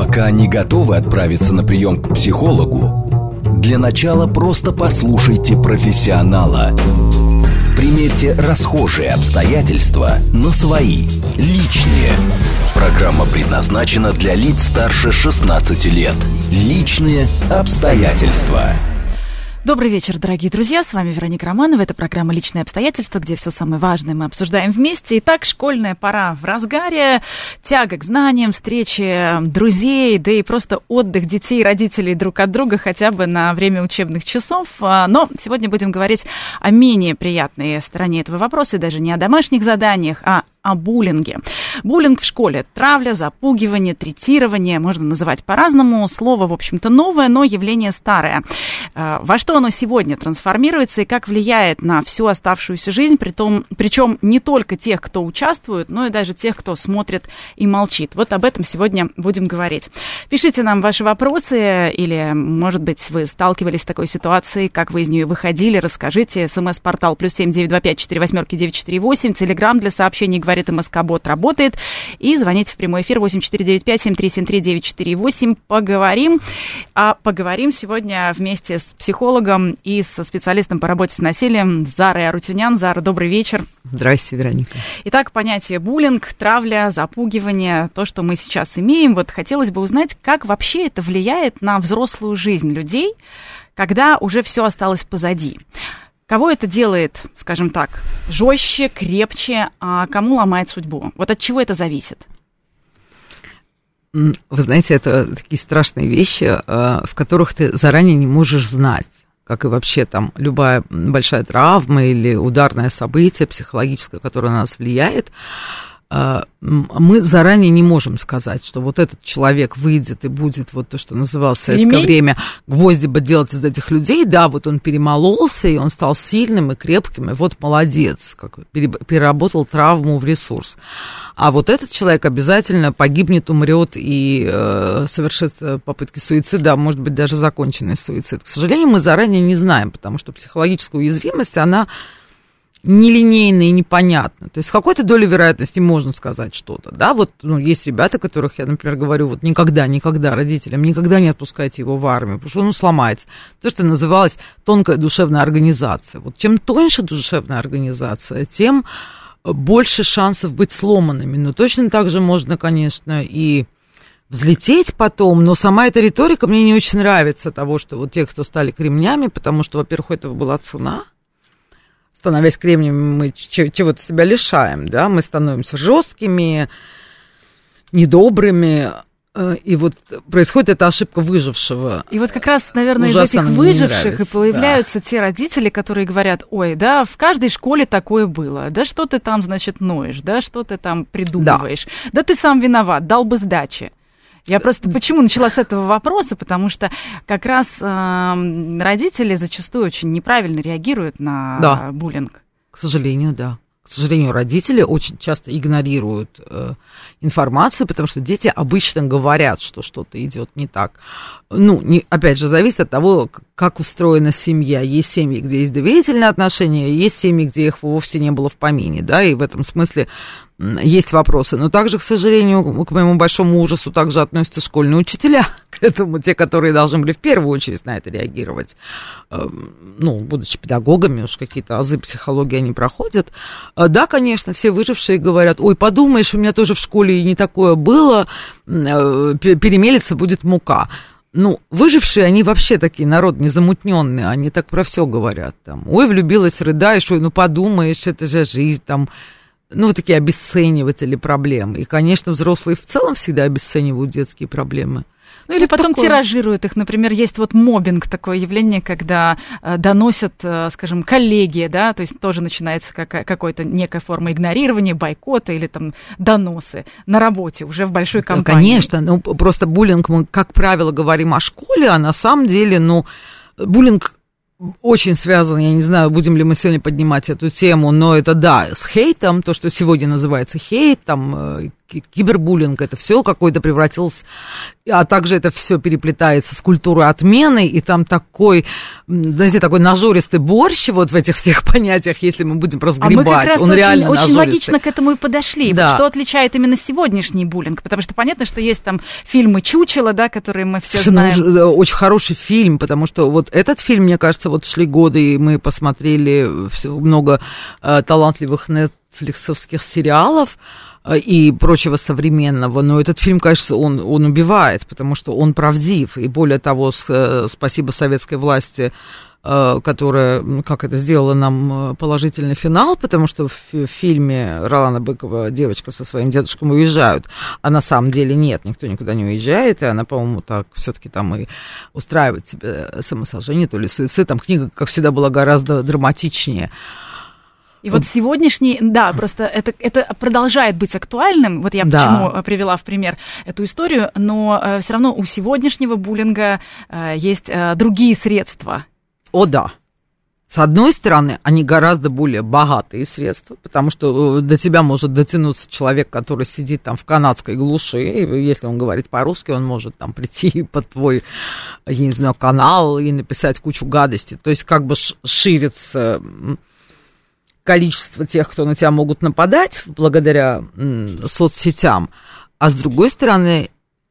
Пока не готовы отправиться на прием к психологу, для начала просто послушайте профессионала. Примерьте расхожие обстоятельства на свои, личные. Программа предназначена для лиц старше 16 лет. Личные обстоятельства. Добрый вечер, дорогие друзья, с вами Вероника Романова. Это программа «Личные обстоятельства», где все самое важное мы обсуждаем вместе. Итак, школьная пора в разгаре, тяга к знаниям, встречи друзей, да и просто отдых детей и родителей друг от друга хотя бы на время учебных часов. Но сегодня будем говорить о менее приятной стороне этого вопроса, даже не о домашних заданиях, а о буллинге. Буллинг в школе. Травля, запугивание, третирование. Можно называть по-разному. Слово, в общем-то, новое, но явление старое. Во что оно сегодня трансформируется и как влияет на всю оставшуюся жизнь, причем не только тех, кто участвует, но и даже тех, кто смотрит и молчит. Вот об этом сегодня будем говорить. Пишите нам ваши вопросы или, может быть, вы сталкивались с такой ситуацией, как вы из нее выходили, расскажите. СМС-портал +7 925 48 948, Телеграм для сообщений «Говорит МСК-бот» работает. И звоните в прямой эфир 8495-7373-948. Поговорим. Поговорим сегодня вместе с психологом и со специалистом по работе с насилием Зарой Арутюнян. Зара, добрый вечер. Здравствуйте, Вероника. Итак, понятие буллинг, травля, запугивание, то, что мы сейчас имеем. Вот хотелось бы узнать, как вообще это влияет на взрослую жизнь людей, когда уже все осталось позади. Кого это делает, скажем так, жестче, крепче, а кому ломает судьбу? Вот от чего это зависит? Вы знаете, это такие страшные вещи, в которых ты заранее не можешь знать, как и вообще там любая большая травма или ударное событие психологическое, которое на нас влияет. Мы заранее не можем сказать, что вот этот человек выйдет и будет вот то, что называлось в советское время гвозди бы делать из этих людей, да, вот он перемололся, и он стал сильным и крепким, и вот молодец, как переработал травму в ресурс. А вот этот человек обязательно погибнет, умрет и совершит попытки суицида, а может быть даже законченный суицид. К сожалению, мы заранее не знаем, потому что психологическая уязвимость, она нелинейно и непонятно. То есть с какой-то долей вероятности можно сказать что-то, да, вот, есть ребята, которых я, например, говорю, вот никогда родителям, никогда не отпускайте его в армию, потому что он сломается. То, что называлось тонкая душевная организация. Вот чем тоньше душевная организация, тем больше шансов быть сломанными. Но точно так же можно, конечно, и взлететь потом, но сама эта риторика мне не очень нравится, того, что вот те, кто стали кремнями, потому что, во-первых, этого была цена. Становясь кремнем, мы чего-то себя лишаем, да, мы становимся жесткими, недобрыми, и вот происходит эта ошибка выжившего. И вот как раз, наверное, из этих выживших и появляются те родители, которые говорят: ой, да, в каждой школе такое было, да что ты там, значит, ноешь, да что ты там придумываешь, да ты сам виноват, дал бы сдачи. Я просто почему начала с этого вопроса, потому что как раз родители зачастую очень неправильно реагируют на буллинг. К сожалению, да. К сожалению, родители очень часто игнорируют информацию, потому что дети обычно говорят, что что-то идет не так. Опять же, зависит от того, как устроена семья. Есть семьи, где есть доверительные отношения, есть семьи, где их вовсе не было в помине, да, и в этом смысле есть вопросы. Но также, к сожалению, к моему большому ужасу, также относятся школьные учителя к этому, те, которые должны были в первую очередь на это реагировать. Будучи педагогами, уж какие-то азы психологии они проходят. Да, конечно, все выжившие говорят: ой, подумаешь, у меня тоже в школе и не такое было, перемелется будет мука. Выжившие, они вообще такие, народ незамутненный, они так про все говорят. Там, ой, влюбилась, рыдаешь, ой, подумаешь, это же жизнь, там, вот такие обесцениватели проблем. И, конечно, взрослые в целом всегда обесценивают детские проблемы. Или потом тиражируют их. Например, есть вот моббинг, такое явление, когда доносят, скажем, коллеги, да, то есть тоже начинается какая-то некая форма игнорирования, бойкота или там доносы на работе уже в большой компании. Конечно, просто буллинг, мы, как правило, говорим о школе, а на самом деле, буллинг очень связан, я не знаю, будем ли мы сегодня поднимать эту тему, но это, да, с хейтом, то, что сегодня называется хейт, там, кибербуллинг, это все какое-то превратилось, а также это все переплетается с культурой отмены, и там такой, знаете, такой нажористый борщ вот в этих всех понятиях, если мы будем разгребать. А мы как раз он реально очень логично к этому и подошли. Да. Вот что отличает именно сегодняшний буллинг? Потому что понятно, что есть там фильмы «Чучело», да, которые мы все знаем. Очень хороший фильм, потому что вот этот фильм, мне кажется, вот шли годы, и мы посмотрели много талантливых нетфликсовских сериалов и прочего современного, но этот фильм, конечно, он убивает, потому что он правдив, и более того, спасибо советской власти, которая, как это, сделала нам положительный финал, потому что в фильме Ролана Быкова девочка со своим дедушкой уезжают, а на самом деле нет, никто никуда не уезжает, и она, по-моему, так все-таки там и устраивает себе самосожжение, то ли суицид, там книга, как всегда, была гораздо драматичнее. И вот сегодняшний, да, просто это продолжает быть актуальным, вот я почему привела в пример эту историю, но все равно у сегодняшнего буллинга есть другие средства. О, да. С одной стороны, они гораздо более богатые средства, потому что до тебя может дотянуться человек, который сидит там в канадской глуши, и если он говорит по-русски, он может там прийти под твой, я не знаю, канал и написать кучу гадостей. То есть как бы ширится количество тех, кто на тебя могут нападать благодаря соцсетям. А с другой стороны,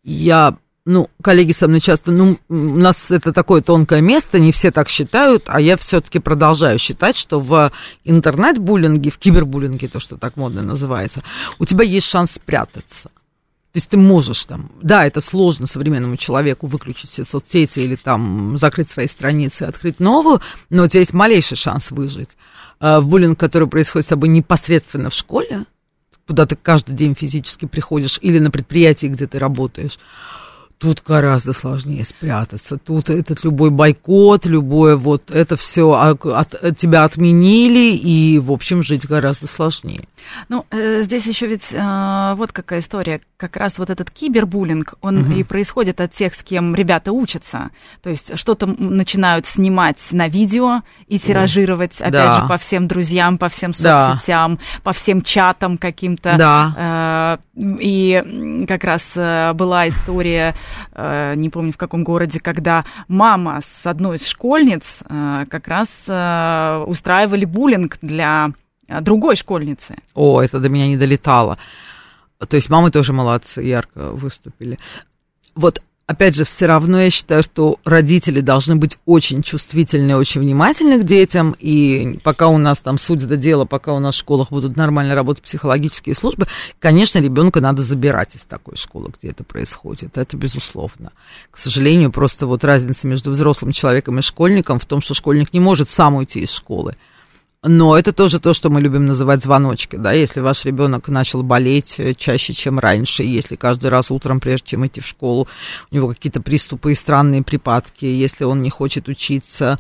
коллеги со мной часто, у нас это такое тонкое место, не все так считают, а я все-таки продолжаю считать, что в интернет-буллинге, в кибербуллинге, то, что так модно называется, у тебя есть шанс спрятаться. То есть ты можешь там, да, это сложно современному человеку выключить все соцсети или там закрыть свои страницы, открыть новую, но у тебя есть малейший шанс выжить. В буллинг, который происходит с тобой непосредственно в школе, куда ты каждый день физически приходишь, или на предприятии, где ты работаешь, тут гораздо сложнее спрятаться. Тут этот любой бойкот, любое вот это все тебя отменили, и, в общем, жить гораздо сложнее. Здесь еще ведь вот какая история. Как раз вот этот кибербуллинг, он и происходит от тех, с кем ребята учатся. То есть что-то начинают снимать на видео и тиражировать, опять же, по всем друзьям, по всем соцсетям, по всем чатам каким-то. Да. И как раз была история, не помню в каком городе, когда мама с одной из школьниц как раз устраивали буллинг для другой школьницы. О, это до меня не долетало. То есть мамы тоже молодцы, ярко выступили. Вот, опять же, все равно я считаю, что родители должны быть очень чувствительны, очень внимательны к детям, и пока у нас там судят до дела, пока у нас в школах будут нормально работать психологические службы, конечно, ребенка надо забирать из такой школы, где это происходит, это безусловно. К сожалению, просто вот разница между взрослым человеком и школьником в том, что школьник не может сам уйти из школы. Но это тоже то, что мы любим называть звоночки, да, если ваш ребенок начал болеть чаще, чем раньше, если каждый раз утром, прежде чем идти в школу, у него какие-то приступы и странные припадки, если он не хочет учиться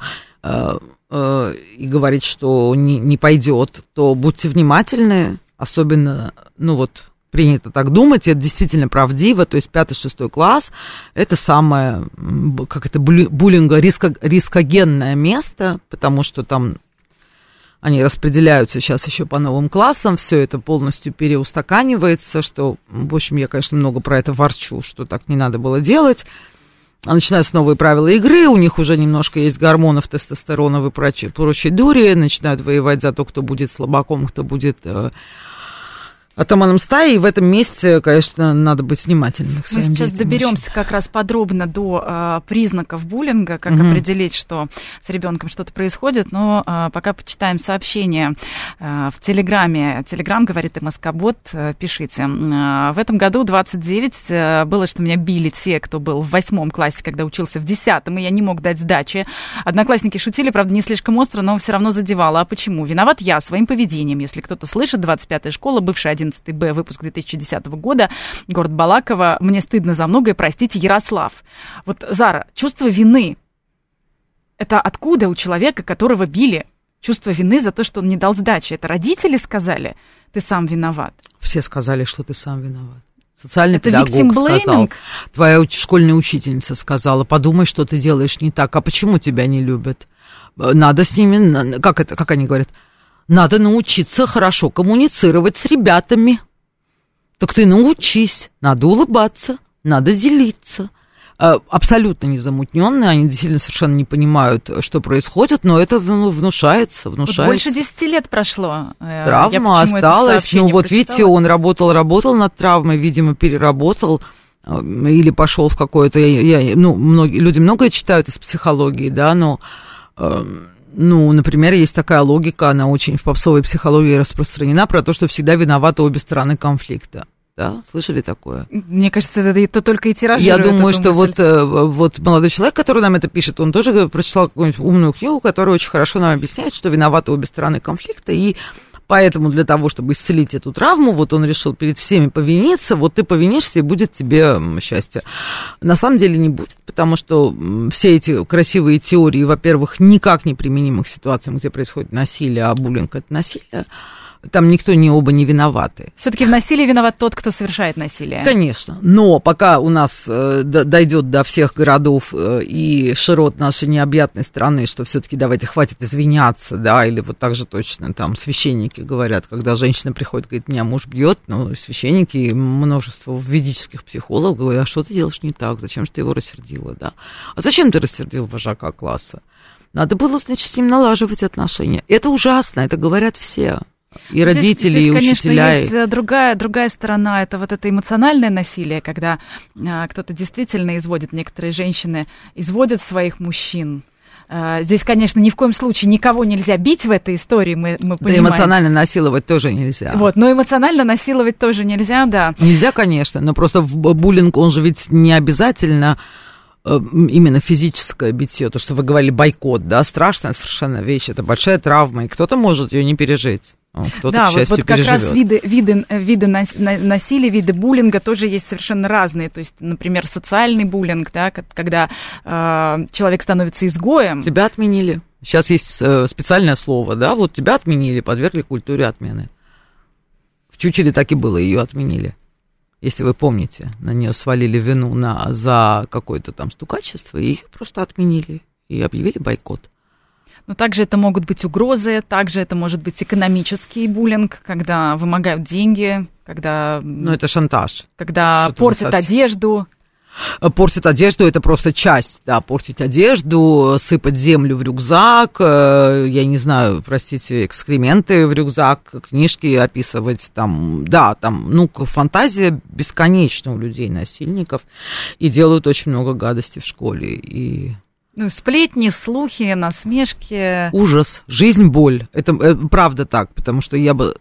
и говорит, что не пойдет, то будьте внимательны, особенно, принято так думать, это действительно правдиво, то есть 5-6 класс, это самое, буллинга, рискогенное место, потому что там они распределяются сейчас еще по новым классам, все это полностью переустаканивается, что, в общем, я, конечно, много про это ворчу, что так не надо было делать. А начинаются новые правила игры, у них уже немножко есть гормонов, тестостеронов и прочей дури, начинают воевать за то, кто будет слабаком, кто будет атаманом стаи, и в этом месте, конечно, надо быть внимательным к своим детям. Мы сейчас доберемся как раз подробно до признаков буллинга, как определить, что с ребенком что-то происходит, но пока почитаем сообщение в Телеграме. Телеграм говорит МСК-бот, пишите. В этом году 29 было, что меня били те, кто был в 8 классе, когда учился в 10-м, и я не мог дать сдачи. Одноклассники шутили, правда, не слишком остро, но все равно задевало. А почему? Виноват я своим поведением. Если кто-то слышит, 25-я школа, бывшая 11-Б, выпуск 2010 года, город Балаково. Мне стыдно за многое, простите, Ярослав. Вот, Зара, чувство вины, это откуда у человека, которого били, чувство вины за то, что он не дал сдачи? Это родители сказали, ты сам виноват? Все сказали, что ты сам виноват. Социальный педагог сказал, твоя школьная учительница сказала, подумай, что ты делаешь не так, а почему тебя не любят? Надо с ними, как они говорят, надо научиться хорошо коммуницировать с ребятами. Так ты научись, надо улыбаться, надо делиться. Абсолютно незамутненные, они действительно совершенно не понимают, что происходит, но это внушается. Вот больше 10 лет прошло. Травма осталась. Ну вот видите, он работал над травмой, видимо, переработал или пошел в какое-то... люди многое читают из психологии, да, но... например, есть такая логика, она очень в попсовой психологии распространена, про то, что всегда виноваты обе стороны конфликта. Да, слышали такое? Мне кажется, это только и тиражирует. Я думаю, что вот молодой человек, который нам это пишет, он тоже прочитал какую-нибудь умную книгу, которая очень хорошо нам объясняет, что виноваты обе стороны конфликта, и поэтому для того, чтобы исцелить эту травму, вот он решил перед всеми повиниться, вот ты повинишься, и будет тебе счастье. На самом деле не будет, потому что все эти красивые теории, во-первых, никак не применимы к ситуациям, где происходит насилие, а буллинг – это насилие. Там никто оба не виноваты. Все-таки в насилии виноват тот, кто совершает насилие. Конечно. Но пока у нас дойдет до всех городов и широт нашей необъятной страны, что все-таки давайте хватит извиняться, да, или вот так же точно там священники говорят, когда женщина приходит, говорит, меня муж бьет, священники, множество ведических психологов говорят, а что ты делаешь не так, зачем же ты его рассердила, да? А зачем ты рассердил вожака класса? Надо было, значит, с ним налаживать отношения. Это ужасно, это говорят все. И родители, здесь, и учителя. Конечно, есть другая сторона, это вот это эмоциональное насилие, когда кто-то действительно изводит, некоторые женщины изводят своих мужчин. Здесь, конечно, ни в коем случае никого нельзя бить в этой истории, мы понимаем. Да, эмоционально насиловать тоже нельзя. Вот, но эмоционально насиловать тоже нельзя, да. Нельзя, конечно, но просто буллинг, он же ведь не обязательно... именно физическое битье, то, что вы говорили, бойкот, да, страшная совершенно вещь, это большая травма, и кто-то может ее не пережить, кто-то, да, к счастью, вот как переживет. раз виды насилия, виды буллинга тоже есть совершенно разные, то есть, например, социальный буллинг, да, когда человек становится изгоем. Тебя отменили, сейчас есть специальное слово, да, вот тебя отменили, подвергли культуре отмены. В Чучеле так и было, ее отменили. Если вы помните, на нее свалили вину за какое-то там стукачество, и ее просто отменили и объявили бойкот. Но также это могут быть угрозы, также это может быть экономический буллинг, когда вымогают деньги, когда... Ну, это шантаж. Когда портят одежду. Портить одежду – это просто часть, да, портить одежду, сыпать землю в рюкзак, я не знаю, простите, экскременты в рюкзак, книжки описывать, там, да, там, фантазия бесконечна у людей-насильников, и делают очень много гадостей в школе, и... Сплетни, слухи, насмешки. Ужас, жизнь, боль, это правда так, потому что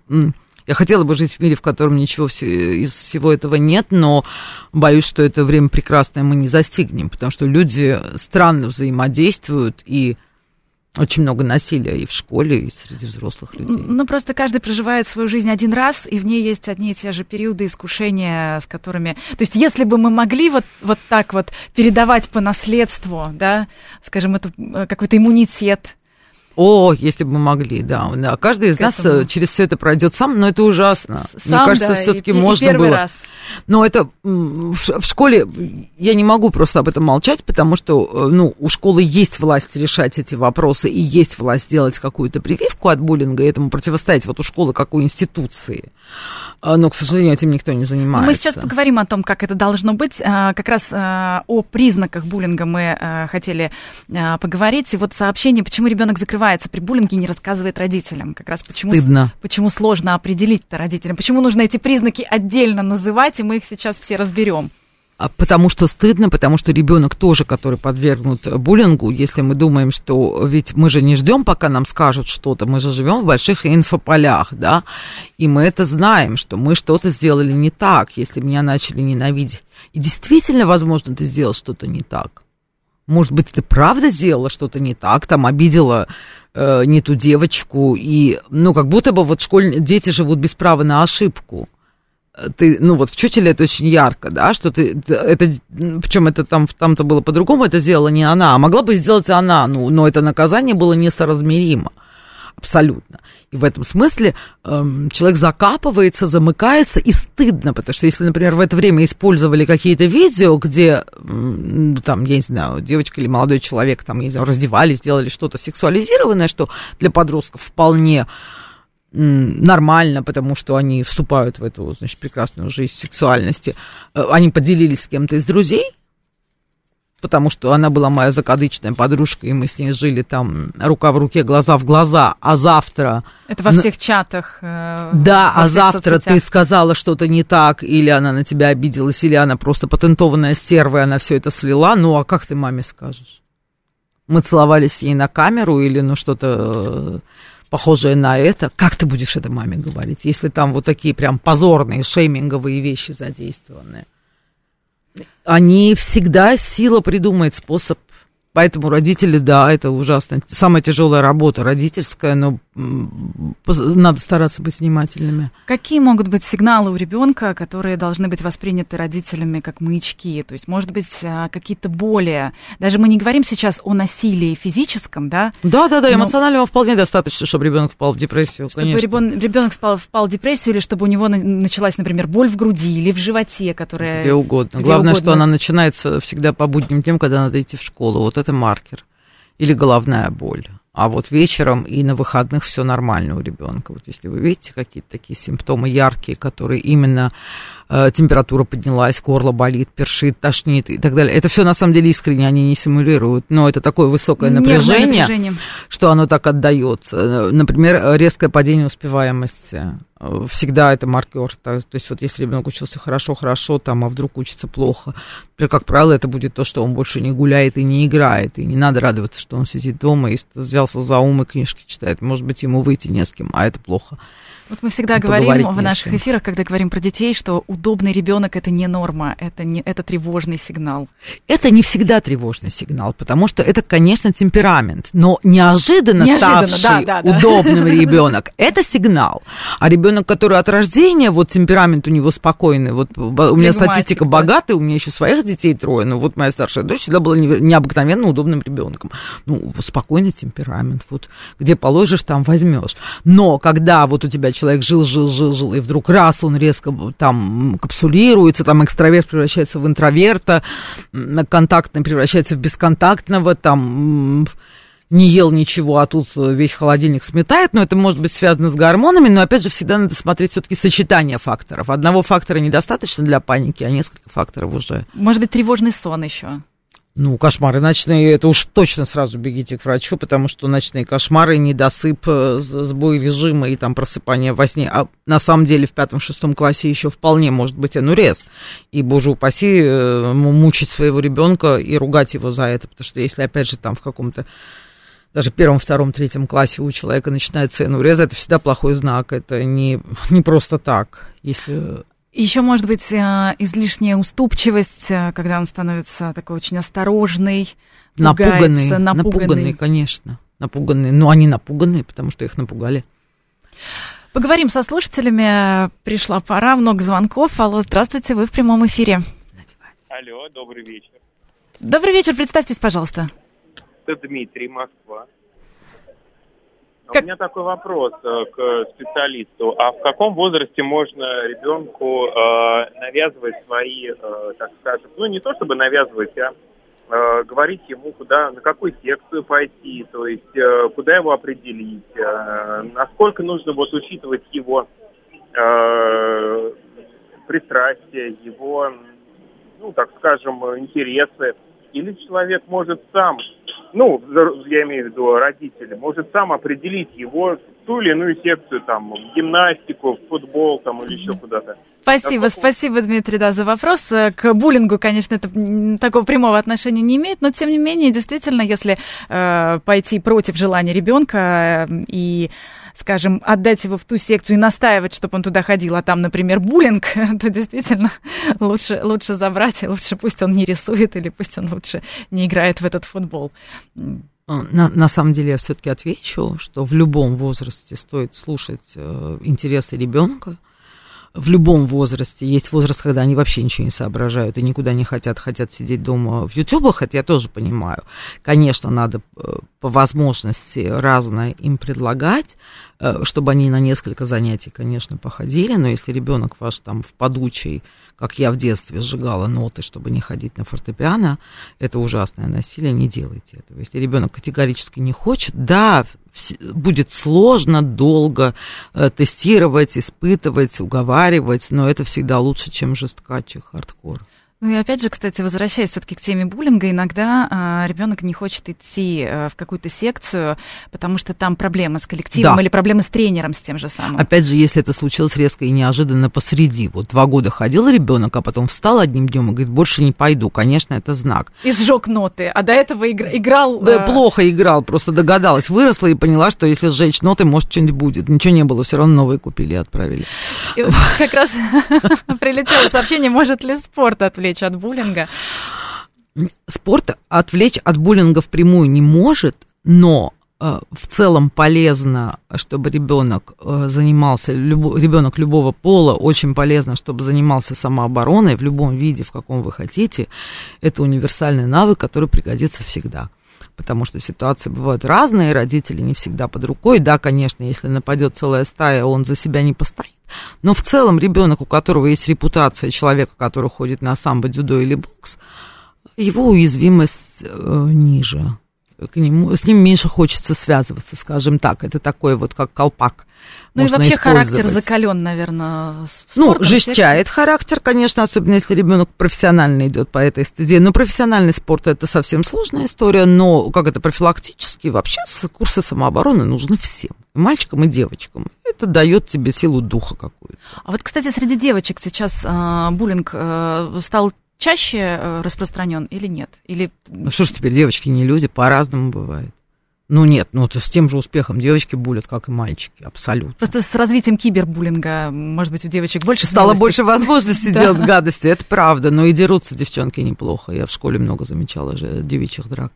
я хотела бы жить в мире, в котором ничего из всего этого нет, но боюсь, что это время прекрасное мы не застигнем, потому что люди странно взаимодействуют, и очень много насилия и в школе, и среди взрослых людей. Просто каждый проживает свою жизнь один раз, и в ней есть одни и те же периоды искушения, с которыми... То есть если бы мы могли вот так вот передавать по наследству, да, скажем, это какой-то иммунитет, если бы мы могли, да. Каждый из нас через все это пройдет сам, но это ужасно. Мне кажется, да, все-таки можно было. Раз. Но это в школе я не могу просто об этом молчать, потому что у школы есть власть решать эти вопросы, и есть власть сделать какую-то прививку от буллинга, и этому противостоять вот у школы как у институции. Но, к сожалению, этим никто не занимается. Мы сейчас поговорим о том, как это должно быть. Как раз о признаках буллинга мы хотели поговорить. И вот сообщение, почему ребенок закрывается при буллинге и не рассказывает родителям. Как раз почему сложно определить-то родителям. Почему нужно эти признаки отдельно называть, и мы их сейчас все разберем. Потому что стыдно, потому что ребенок тоже, который подвергнут буллингу, если мы думаем, что ведь мы же не ждем, пока нам скажут что-то, мы же живем в больших инфополях, да, и мы это знаем, что мы что-то сделали не так, если меня начали ненавидеть. И действительно, возможно, ты сделал что-то не так. Может быть, ты правда сделала что-то не так, там обидела не ту девочку, и, как будто бы вот дети живут без права на ошибку. Ты, в Чучеле это очень ярко, да, что причем это там-то было по-другому, это сделала не она, а могла бы сделать она, но это наказание было несоразмеримо, абсолютно. И в этом смысле человек закапывается, замыкается, и стыдно, потому что если, например, в это время использовали какие-то видео, где, там, я не знаю, девочка или молодой человек, там, я не знаю, раздевались, делали что-то сексуализированное, что для подростков вполне... нормально, потому что они вступают в эту, значит, прекрасную жизнь сексуальности. Они поделились с кем-то из друзей, потому что она была моя закадычная подружка, и мы с ней жили там рука в руке, глаза в глаза, а завтра... Это во всех чатах. Да, а завтра соцсетях. Ты сказала что-то не так, или она на тебя обиделась, или она просто патентованная стерва, и она все это слила. Ну, а как ты маме скажешь? Мы целовались с ней на камеру, или ну что-то похожее на это. Как ты будешь это маме говорить, если там вот такие прям позорные, шейминговые вещи задействованы? Они всегда, сила придумает способ. Поэтому родители, да, это ужасно. Самая тяжелая работа родительская, но надо стараться быть внимательными. Какие могут быть сигналы у ребенка, которые должны быть восприняты родителями как маячки? То есть, может быть, какие-то более... Даже мы не говорим сейчас о насилии физическом, да? Да, эмоционального вполне достаточно, чтобы ребенок впал в депрессию, конечно. Чтобы ребенок впал в депрессию, или чтобы у него началась, например, боль в груди или в животе, которая... Где угодно. Главное, что она начинается всегда по будним дням, когда надо идти в школу. Вот это маркер. Или головная боль. А вот вечером и на выходных все нормально у ребенка. Вот если вы видите какие-то такие симптомы яркие, которые именно температура поднялась, горло болит, першит, тошнит и так далее. Это все на самом деле искренне, они не симулируют. Но это такое высокое напряжение, что оно так отдается. Например, резкое падение успеваемости. Всегда это маркер. То есть вот если ребенок учился хорошо, там, а вдруг учится плохо, например, как правило, это будет то, что он больше не гуляет и не играет. И не надо радоваться, что он сидит дома и взялся за ум и книжки читает. Может быть, ему выйти не с кем, а это плохо. Вот мы всегда говорим в наших эфирах, когда говорим про детей, что удобный ребенок это не норма, это тревожный сигнал. Это не всегда тревожный сигнал, потому что это, конечно, темперамент, но неожиданно ставший удобным ребенок это сигнал. А ребенок, который от рождения, вот темперамент у него спокойный, вот у меня статистика богатая, у меня еще своих детей 3, но вот моя старшая дочь всегда была необыкновенно удобным ребенком. Ну, спокойный темперамент, вот где положишь, там возьмешь. Но когда вот у тебя человек жил, и вдруг раз он резко там капсулируется, там экстраверт превращается в интроверта, контактный превращается в бесконтактного, там не ел ничего, а тут весь холодильник сметает, но это может быть связано с гормонами, но опять же всегда надо смотреть все-таки сочетание факторов. Одного фактора недостаточно для паники, а несколько факторов уже. Может быть, тревожный сон еще? Ну, кошмары ночные, это уж точно сразу бегите к врачу, потому что ночные кошмары, недосып, сбой режима и там просыпание во сне. А на самом деле в 5-6 классе еще вполне может быть энурез. И, боже упаси, мучить своего ребенка и ругать его за это, потому что если, опять же, там в каком-то даже 1, 2, 3 классе у человека начинается энурез, это всегда плохой знак, это не просто так, если... Еще, может быть, излишняя уступчивость, когда он становится такой очень осторожный, напуганный, конечно, напуганный. Но они напуганные, потому что их напугали. Поговорим со слушателями. Пришла пора, много звонков. Алло, здравствуйте, вы в прямом эфире. Алло, добрый вечер. Добрый вечер, представьтесь, пожалуйста. Это Дмитрий, Москва. У меня такой вопрос к специалисту. А в каком возрасте можно ребенку навязывать свои, так скажем, ну не то чтобы навязывать, а говорить ему, на какую секцию пойти, то есть куда его определить, насколько нужно учитывать его пристрастия, его, так скажем, интересы, или человек может сам... я имею в виду родители, может сам определить его в ту или иную секцию, там, в гимнастику, в футбол, там, или еще куда-то. Спасибо, Дмитрий, за вопрос. К буллингу, конечно, это такого прямого отношения не имеет, но, тем не менее, действительно, если пойти против желания ребенка и, скажем, отдать его в ту секцию и настаивать, чтобы он туда ходил, а там, например, буллинг, то действительно лучше забрать, и лучше пусть он не рисует, или пусть он лучше не играет в этот футбол. На самом деле я все-таки отвечу, что в любом возрасте стоит слушать интересы ребенка. В любом возрасте. Есть возраст, когда они вообще ничего не соображают и никуда не хотят сидеть дома в ютубах, это я тоже понимаю. Конечно, надо по возможности разное им предлагать, чтобы они на несколько занятий, конечно, походили, но если ребенок ваш там в подучий как я в детстве сжигала ноты, чтобы не ходить на фортепиано, это ужасное насилие, не делайте этого. Если ребенок категорически не хочет, да, будет сложно, долго тестировать, испытывать, уговаривать, но это всегда лучше, чем жесткачий хардкор. Ну и опять же, кстати, возвращаясь все-таки к теме буллинга, иногда ребенок не хочет идти в какую-то секцию, потому что там проблемы с коллективом, да, или проблемы с тренером, с тем же самым. Опять же, если это случилось резко и неожиданно посреди. Вот 2 года ходил ребенок, а потом встал одним днем и говорит, больше не пойду. Конечно, это знак. И сжег ноты, а до этого играл... Да, плохо играл, просто догадалась, выросла и поняла, что если сжечь ноты, может, что-нибудь будет. Ничего не было, все равно новые купили и отправили. И как раз прилетело сообщение, может ли спорт отвлечь от буллинга? Спорт отвлечь от буллинга впрямую не может, но в целом полезно, чтобы ребенок занимался, ребенок любого пола, очень полезно, чтобы занимался самообороной в любом виде, в каком вы хотите. Это универсальный навык, который пригодится всегда. Потому что ситуации бывают разные, родители не всегда под рукой. Да, конечно, если нападет целая стая, он за себя не постоит. Но в целом ребенок, у которого есть репутация человека, который ходит на самбо, дзюдо или бокс, его уязвимость ниже. С ним меньше хочется связываться, скажем так. Это такой вот как колпак. Ну и вообще характер закален, наверное, спортом. Ну, жестчает характер, конечно, особенно если ребенок профессионально идет по этой стезе. Но профессиональный спорт — это совсем сложная история, но как это профилактически, вообще курсы самообороны нужны всем, и мальчикам, и девочкам. Это дает тебе силу духа какую-то. А вот, кстати, среди девочек сейчас буллинг стал чаще распространен или нет? Или... Ну что ж теперь, девочки не люди, по-разному бывает. Ну нет, ну то с тем же успехом девочки булят, как и мальчики, абсолютно. Просто с развитием кибербуллинга, может быть, у девочек больше стало больше возможностей делать гадости, это правда, но и дерутся девчонки неплохо. Я в школе много замечала же девичьих драк.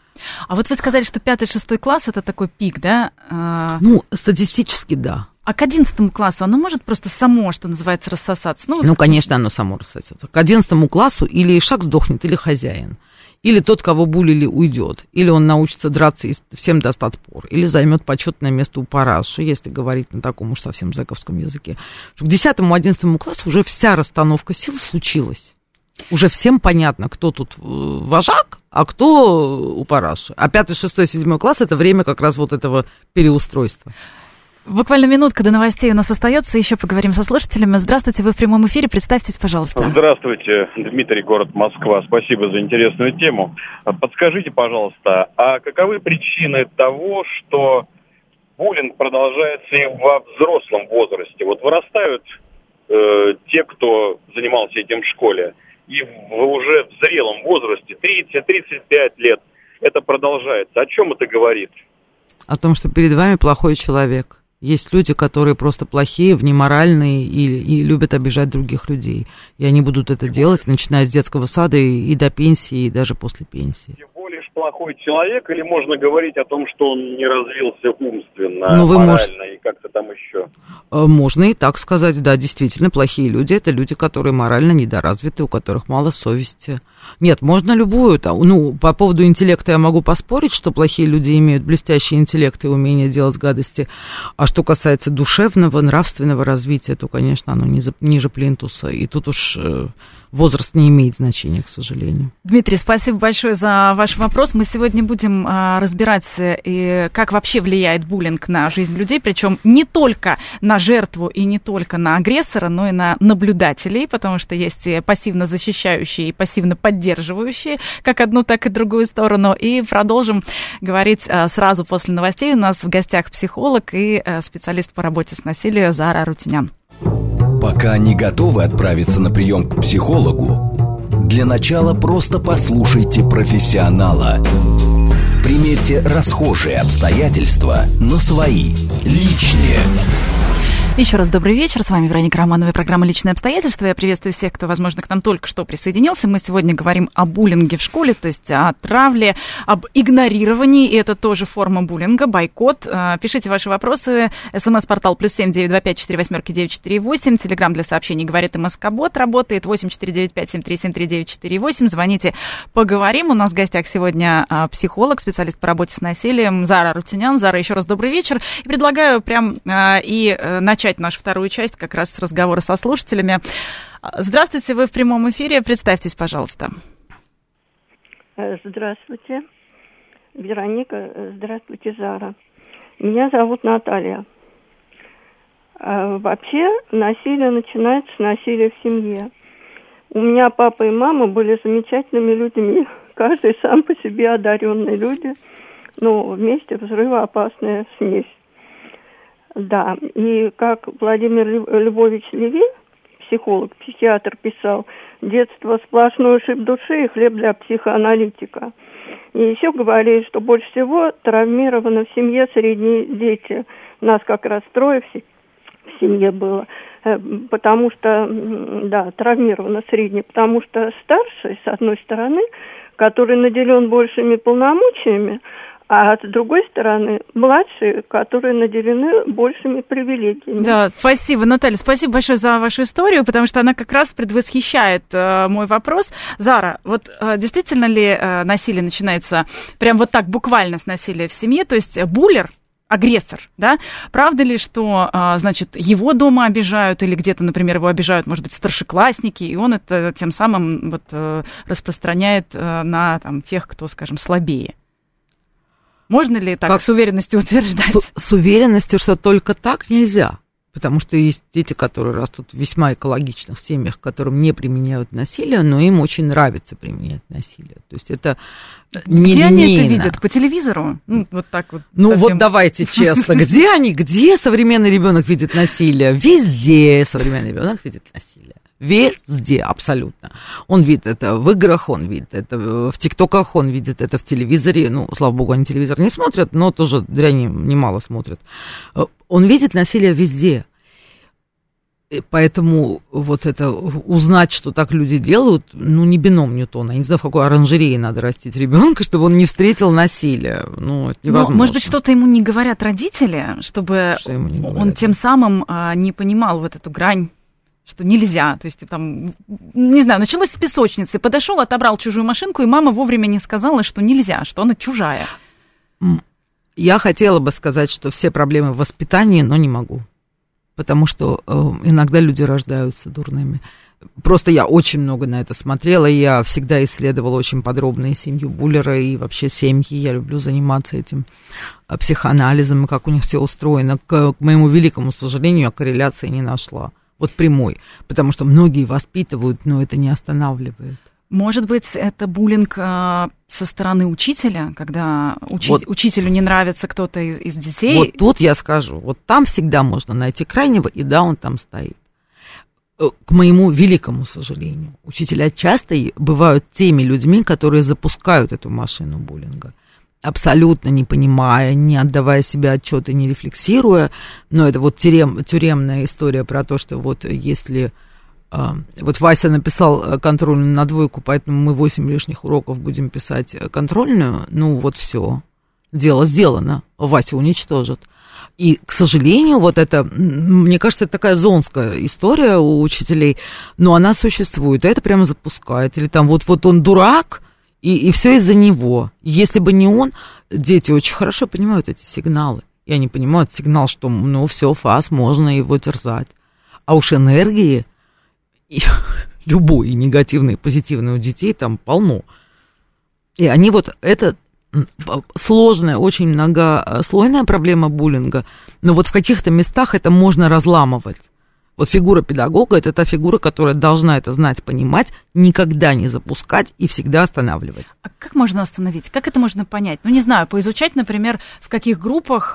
А вот вы сказали, что 5-6 класс это такой пик, да? Ну, статистически, да. А к 11 классу оно может просто само, что называется, рассосаться? Ну, конечно, оно само рассосется. К 11 классу или ишак сдохнет, или хозяин. Или тот, кого булили, уйдет. Или он научится драться и всем даст отпор. Или займет почетное место у параши, если говорить на таком уж совсем зэковском языке. К 10-11 классу уже вся расстановка сил случилась. Уже всем понятно, кто тут вожак, а кто у параши. А 5, 6, 7 класс – это время как раз вот этого переустройства. Буквально минутка до новостей у нас остается, еще поговорим со слушателями. Здравствуйте, вы в прямом эфире, представьтесь, пожалуйста. Здравствуйте, Дмитрий, город Москва. Спасибо за интересную тему. Подскажите, пожалуйста, а каковы причины того, что буллинг продолжается и во взрослом возрасте? Вот вырастают те, кто занимался этим в школе, и уже в зрелом возрасте, 30-35 лет, это продолжается. О чем это говорит? О том, что перед вами плохой человек. Есть люди, которые просто плохие, внеморальные и любят обижать других людей. И они будут это делать, начиная с детского сада и до пенсии, и даже после пенсии. Всего лишь плохой человек, или можно говорить о том, что он не развился умственно, морально и как-то там еще? Можно и так сказать, да, действительно, плохие люди – это люди, которые морально недоразвиты, у которых мало совести. Нет, можно любую, ну, по поводу интеллекта я могу поспорить, что плохие люди имеют блестящий интеллект и умение делать гадости, а что касается душевного, нравственного развития, то, конечно, оно ниже плинтуса, и тут уж возраст не имеет значения, к сожалению. Дмитрий, спасибо большое за ваш вопрос. Мы сегодня будем разбирать, как вообще влияет буллинг на жизнь людей, причем не только на жертву и не только на агрессора, но и на наблюдателей, потому что есть и пассивно защищающие, и пассивно поддерживающие, как одну, так и другую сторону. И продолжим говорить сразу после новостей. У нас в гостях психолог и специалист по работе с насилием Зара Арутюнян. Пока не готовы отправиться на прием к психологу, для начала просто послушайте профессионала. Примерьте расхожие обстоятельства на свои, личные. Еще раз добрый вечер. С вами Вероника Романова и программа «Личные обстоятельства». Я приветствую всех, кто, возможно, к нам только что присоединился. Мы сегодня говорим о буллинге в школе, то есть о травле, об игнорировании. И это тоже форма буллинга, бойкот. Пишите ваши вопросы. СМС-портал +7 925 48 948. Телеграм для сообщений «Говорит МСК-бот» работает. 8495 7373 948. Звоните, поговорим. У нас в гостях сегодня психолог, специалист по работе с насилием Зара Арутюнян. Зара, еще раз добрый вечер. И предлагаю прям и начать нашу вторую часть как раз с разговора со слушателями. Здравствуйте, вы в прямом эфире. Представьтесь, пожалуйста. Здравствуйте, Вероника. Здравствуйте, Зара. Меня зовут Наталья. Вообще, насилие начинается с насилия в семье. У меня папа и мама были замечательными людьми. Каждый сам по себе одаренные люди, но вместе взрывоопасная смесь. Да, и как Владимир Львович Левин, психолог, психиатр, писал, детство сплошной шип души и хлеб для психоаналитика. И еще говорили, что больше всего травмированы в семье средние дети. Нас как раз трое в семье было, потому что, да, травмировано средний, потому что старший, с одной стороны, который наделен большими полномочиями, а с другой стороны, младшие, которые наделены большими привилегиями. Да, спасибо, Наталья, спасибо большое за вашу историю, потому что она как раз предвосхищает мой вопрос. Зара, вот действительно ли насилие начинается прям вот так буквально с насилия в семье, то есть буллер, агрессор, да? Правда ли, что, значит, его дома обижают или где-то, например, его обижают, может быть, старшеклассники, и он это тем самым вот распространяет на там, тех, кто, скажем, слабее? Можно ли так с уверенностью утверждать? С уверенностью, что только так нельзя. Потому что есть дети, которые растут в весьма экологичных семьях, которым не применяют насилие, но им очень нравится применять насилие. То есть это нелинейно. Где они это видят? По телевизору? Ну, вот так вот. Ну, совсем... вот давайте честно. Где современный ребенок видит насилие? Везде современный ребенок видит насилие. Везде, абсолютно. Он видит это в играх, он видит это в ТикТоках, он видит это в телевизоре. Ну, слава богу, они телевизор не смотрят, но тоже дряни немало смотрят. Он видит насилие везде. И поэтому вот это узнать, что так люди делают, ну, не бином Ньютона. Я не знаю, в какой оранжерее надо растить ребенка, чтобы он не встретил насилие. Ну, это невозможно. Но, может быть, что-то ему не говорят родители, чтобы он тем самым не понимал вот эту грань, что нельзя, то есть там, не знаю, началось с песочницы, подошел, отобрал чужую машинку, и мама вовремя не сказала, что нельзя, что она чужая. Я хотела бы сказать, что все проблемы в воспитании, но не могу, потому что иногда люди рождаются дурными. Просто я очень много на это смотрела, и я всегда исследовала очень подробно и семью буллера, и вообще семьи, я люблю заниматься этим психоанализом, и как у них все устроено. К моему великому сожалению, я корреляции не нашла. Вот прямой, потому что многие воспитывают, но это не останавливает. Может быть, это буллинг со стороны учителя, когда учителю не нравится кто-то из детей? Вот тут я скажу, вот там всегда можно найти крайнего, и да, он там стоит. К моему великому сожалению, учителя часто бывают теми людьми, которые запускают эту машину буллинга. Абсолютно не понимая, не отдавая себе отчет и не рефлексируя. Но это вот тюремная история про то, что вот если... Вот Вася написал контрольную на 2, поэтому мы 8 лишних уроков будем писать контрольную. Ну вот все, дело сделано, Вася уничтожат. И, к сожалению, вот это, мне кажется, это такая зонская история у учителей, но она существует, и это прямо запускает. Или там вот он дурак, и все из-за него. Если бы не он, дети очень хорошо понимают эти сигналы. И они понимают сигнал, что, ну, все, фас, можно его терзать. А уж энергии, любой, негативной, позитивной у детей там полно. И они вот, это сложная, очень многослойная проблема буллинга, но вот в каких-то местах это можно разламывать. Вот фигура педагога – это та фигура, которая должна это знать, понимать, никогда не запускать и всегда останавливать. А как можно остановить? Как это можно понять? Ну, не знаю, поизучать, например, в каких группах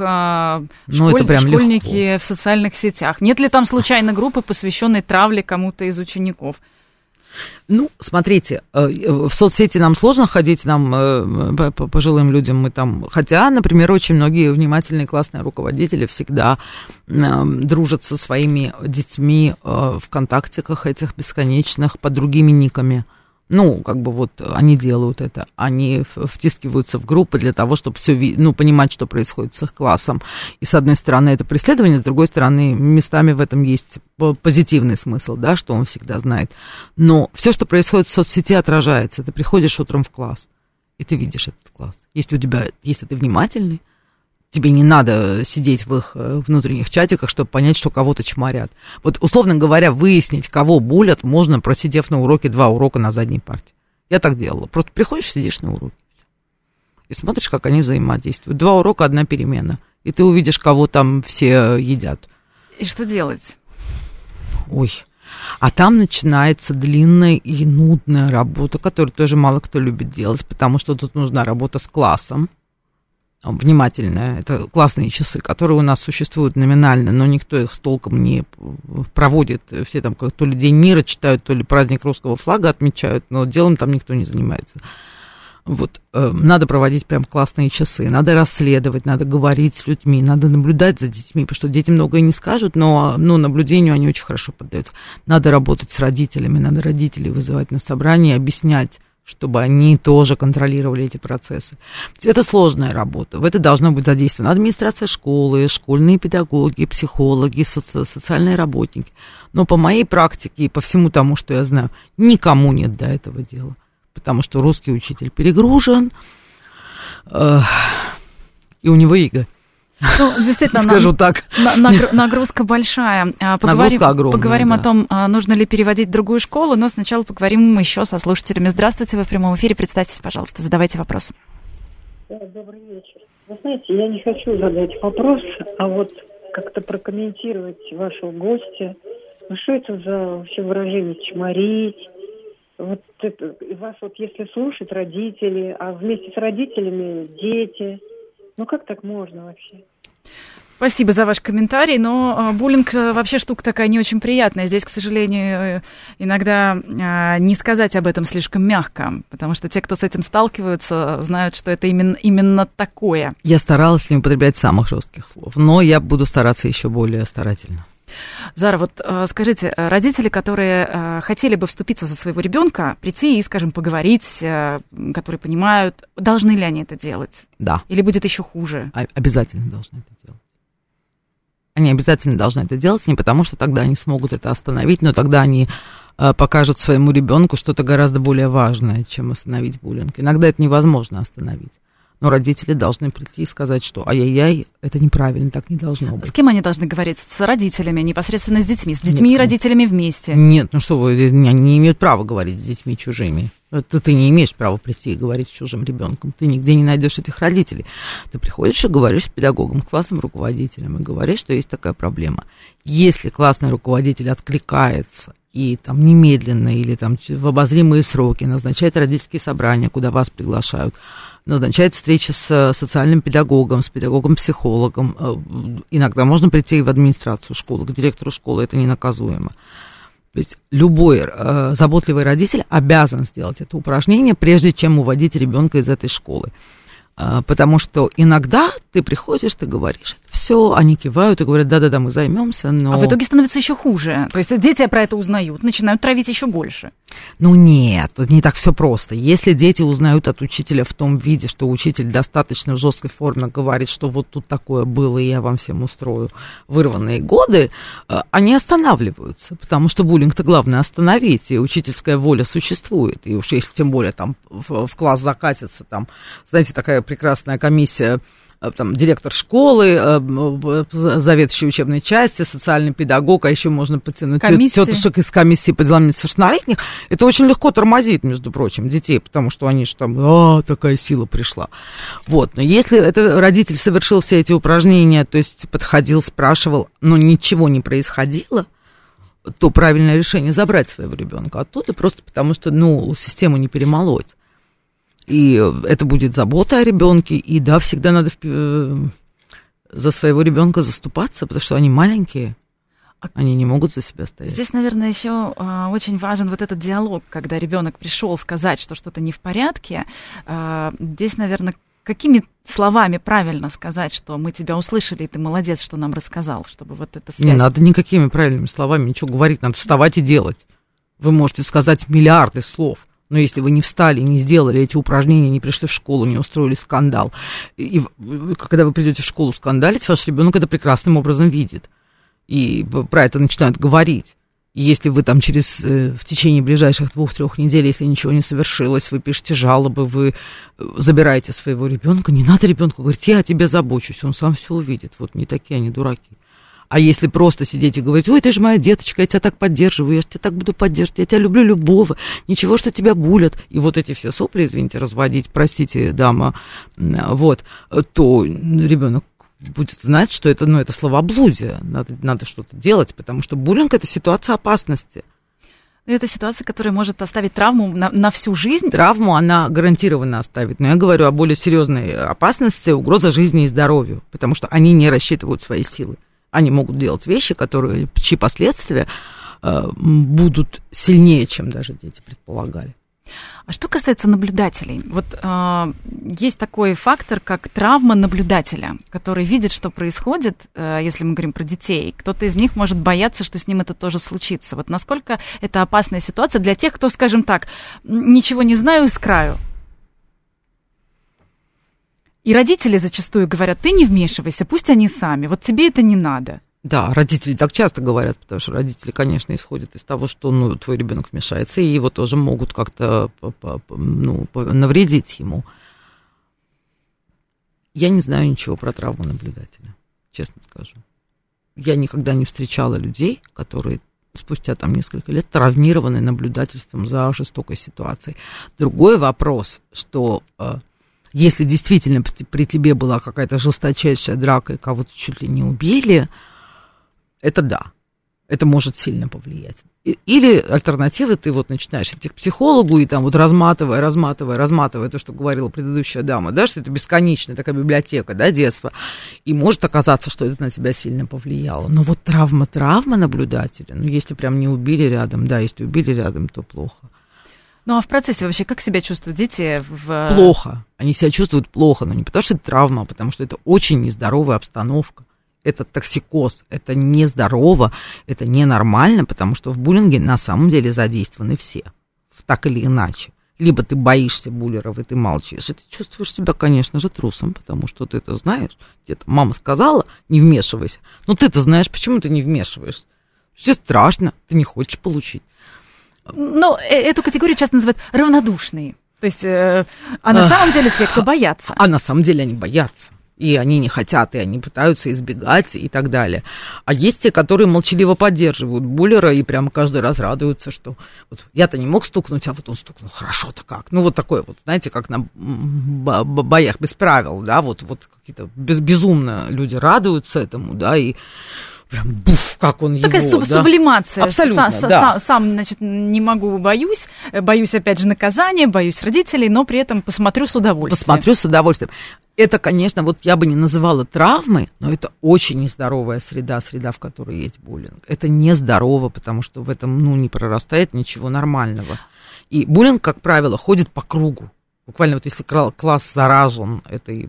школьники в социальных сетях. Нет ли там случайно группы, посвященной травле кому-то из учеников? Ну, смотрите, в соцсети нам сложно ходить, нам, пожилым людям, мы там... Хотя, например, очень многие внимательные классные руководители всегда дружат со своими детьми в контактиках этих бесконечных под другими никами. Ну, как бы вот они делают это, они втискиваются в группы для того, чтобы все, понимать, что происходит с их классом. И с одной стороны это преследование, с другой стороны местами в этом есть позитивный смысл, да, что он всегда знает. Но все, что происходит в соцсети, отражается. Ты приходишь утром в класс, и ты видишь этот класс. Если ты внимательный, Тебе не надо сидеть в их внутренних чатиках, чтобы понять, что кого-то чморят. Вот, условно говоря, выяснить, кого булят, можно, просидев на уроке 2 урока на задней парте. Я так делала. Просто приходишь, сидишь на уроке и смотришь, как они взаимодействуют. 2 урока, 1 перемена. И ты увидишь, кого там все едят. И что делать? Ой. А там начинается длинная и нудная работа, которую тоже мало кто любит делать, потому что тут нужна работа с классом. Внимательная. Это классные часы, которые у нас существуют номинально, но никто их с толком не проводит. Все там то ли День мира читают, то ли праздник русского флага отмечают, но делом там никто не занимается. Вот, надо проводить прям классные часы, надо расследовать, надо говорить с людьми, надо наблюдать за детьми, потому что дети многое не скажут, но наблюдению они очень хорошо поддаются. Надо работать с родителями, надо родителей вызывать на собрание, объяснять, чтобы они тоже контролировали эти процессы. Это сложная работа, в это должно быть задействована администрация школы, школьные педагоги, психологи, социальные работники. Но по моей практике и по всему тому, что я знаю, никому нет до этого дела. Потому что русский учитель перегружен, и у него ЕГЭ. Ну, действительно, скажу так. Нагрузка большая. Нагрузка огромная. Поговорим о том, нужно ли переводить в другую школу, но сначала поговорим еще со слушателями. Здравствуйте, вы в прямом эфире, представьтесь, пожалуйста, задавайте вопрос. Добрый вечер. Вы знаете, я не хочу задать вопрос, а вот как-то прокомментировать вашего гостя. Ну, что это за вообще выражение «чморить»? Вот это, и вас вот если слушать родители, а вместе с родителями дети, ну как так можно вообще? Спасибо за ваш комментарий, но буллинг вообще штука такая не очень приятная. Здесь, к сожалению, иногда не сказать об этом слишком мягко, потому что те, кто с этим сталкиваются, знают, что это именно такое. Я старалась не употреблять самых жестких слов, но я буду стараться еще более старательно. Зара, вот скажите, родители, которые хотели бы вступиться за своего ребенка, прийти и, скажем, поговорить, которые понимают, должны ли они это делать? Да. Или будет еще хуже? Обязательно должны это делать. Они обязательно должны это делать, не потому что тогда они смогут это остановить, но тогда они покажут своему ребенку что-то гораздо более важное, чем остановить буллинг. Иногда это невозможно остановить. Но родители должны прийти и сказать, что ай-яй-яй, это неправильно, так не должно быть. С кем они должны говорить? С родителями, непосредственно с детьми? С детьми Нет, и родителями вместе? Нет, ну что вы, они не имеют права говорить с детьми чужими. Ты не имеешь права прийти и говорить с чужим ребенком. Ты нигде не найдешь этих родителей. Ты приходишь и говоришь с педагогом, классным руководителем, и говоришь, что есть такая проблема. Если классный руководитель откликается и там немедленно или там в обозримые сроки назначает родительские собрания, куда вас приглашают, назначает встречи с социальным педагогом, с педагогом-психологом. Иногда можно прийти в администрацию школы, к директору школы, это не наказуемо. То есть любой заботливый родитель обязан сделать это упражнение, прежде чем уводить ребенка из этой школы. Потому что иногда ты приходишь, ты говоришь, все, они кивают и говорят, да-да-да, мы займемся, но... А в итоге становится еще хуже. То есть дети про это узнают, начинают травить еще больше. Ну нет, тут не так все просто. Если дети узнают от учителя в том виде, что учитель достаточно в жесткой форме говорит, что вот тут такое было, и я вам всем устрою вырванные годы, они останавливаются, потому что буллинг-то главное остановить, и учительская воля существует. И уж если тем более там в класс закатится, там, знаете, такая прекрасная комиссия, там, директор школы, заведующий учебной части, социальный педагог, а еще можно потянуть тетушек из комиссии по делам несовершеннолетних. Это очень легко тормозит, между прочим, детей, потому что они же там, такая сила пришла. Вот, но если это родитель совершил все эти упражнения, то есть подходил, спрашивал, но ничего не происходило, то правильное решение забрать своего ребенка оттуда, просто потому что, систему не перемолоть. И это будет забота о ребенке, и да, всегда надо за своего ребенка заступаться, потому что они маленькие, они не могут за себя стоять. Здесь, наверное, еще очень важен вот этот диалог, когда ребенок пришел сказать, что что-то не в порядке. Здесь, наверное, какими словами правильно сказать, что мы тебя услышали, и ты молодец, что нам рассказал, чтобы вот это связь... Не надо никакими правильными словами ничего говорить, надо вставать и делать. Вы можете сказать миллиарды слов. Но если вы не встали, не сделали эти упражнения, не пришли в школу, не устроили скандал, и когда вы придете в школу скандалить, ваш ребенок это прекрасным образом видит. И про это начинают говорить. И если вы там в течение ближайших 2-3 недель, если ничего не совершилось, вы пишете жалобы, вы забираете своего ребенка, не надо ребенку говорить, я о тебе забочусь, он сам все увидит. Вот не такие они дураки. А если просто сидеть и говорить, ой, ты же моя деточка, я тебя так поддерживаю, я тебя так буду поддерживать, я тебя люблю любого, ничего, что тебя булят. И вот эти все сопли, извините, разводить, простите, дама, вот, то ребенок будет знать, что это, это словоблудие, надо что-то делать, потому что буллинг – это ситуация опасности. Это ситуация, которая может оставить травму на всю жизнь. Травму она гарантированно оставит, но я говорю о более серьезной опасности, угроза жизни и здоровью, потому что они не рассчитывают свои силы. Они могут делать вещи, чьи последствия будут сильнее, чем даже дети предполагали. А что касается наблюдателей, вот есть такой фактор, как травма наблюдателя, который видит, что происходит, если мы говорим про детей. Кто-то из них может бояться, что с ним это тоже случится. Вот насколько это опасная ситуация для тех, кто, скажем так, ничего не знаю, с краю. И родители зачастую говорят, ты не вмешивайся, пусть они сами, вот тебе это не надо. Да, родители так часто говорят, потому что родители, конечно, исходят из того, что твой ребенок вмешается, и его тоже могут как-то навредить ему. Я не знаю ничего про травму наблюдателя, честно скажу. Я никогда не встречала людей, которые спустя несколько лет травмированы наблюдательством за жестокой ситуацией. Другой вопрос, что если действительно при тебе была какая-то жесточайшая драка и кого-то чуть ли не убили, это да, это может сильно повлиять. Или альтернативы, ты начинаешь идти к психологу и разматывая то, что говорила предыдущая дама, да, что это бесконечная такая библиотека, да, детства, и может оказаться, что это на тебя сильно повлияло. Но вот травма наблюдателя, если прям не убили рядом, да, если убили рядом, то плохо. Ну, а в процессе вообще как себя чувствуют дети? Плохо. Они себя чувствуют плохо, но не потому что это травма, а потому что это очень нездоровая обстановка. Это токсикоз, это нездорово, это ненормально, потому что в буллинге на самом деле задействованы все, так или иначе. Либо ты боишься буллеров, и ты молчишь, и ты чувствуешь себя, конечно же, трусом, потому что ты это знаешь. Тебе мама сказала, не вмешивайся, но ты-то знаешь, почему ты не вмешиваешься. Тебе страшно, ты не хочешь получить. Ну, эту категорию часто называют равнодушные. То есть, а на самом деле те, кто боятся. А на самом деле они боятся. И они не хотят, и они пытаются избегать и так далее. А есть те, которые молчаливо поддерживают буллера и прямо каждый раз радуются, что вот я-то не мог стукнуть, а вот он стукнул, хорошо-то как. Ну, вот такое вот, знаете, как на боях без правил, да, вот какие-то безумно люди радуются этому, да, и прям буф, как он такая его, да? Сублимация. Абсолютно, да. Сам, значит, не могу, боюсь, опять же, наказания, боюсь родителей, но при этом посмотрю с удовольствием. Посмотрю с удовольствием. Это, конечно, вот я бы не называла травмой, но это очень нездоровая среда, в которой есть буллинг. Это нездорово, потому что в этом, не прорастает ничего нормального. И буллинг, как правило, ходит по кругу. Буквально вот если класс заражен этой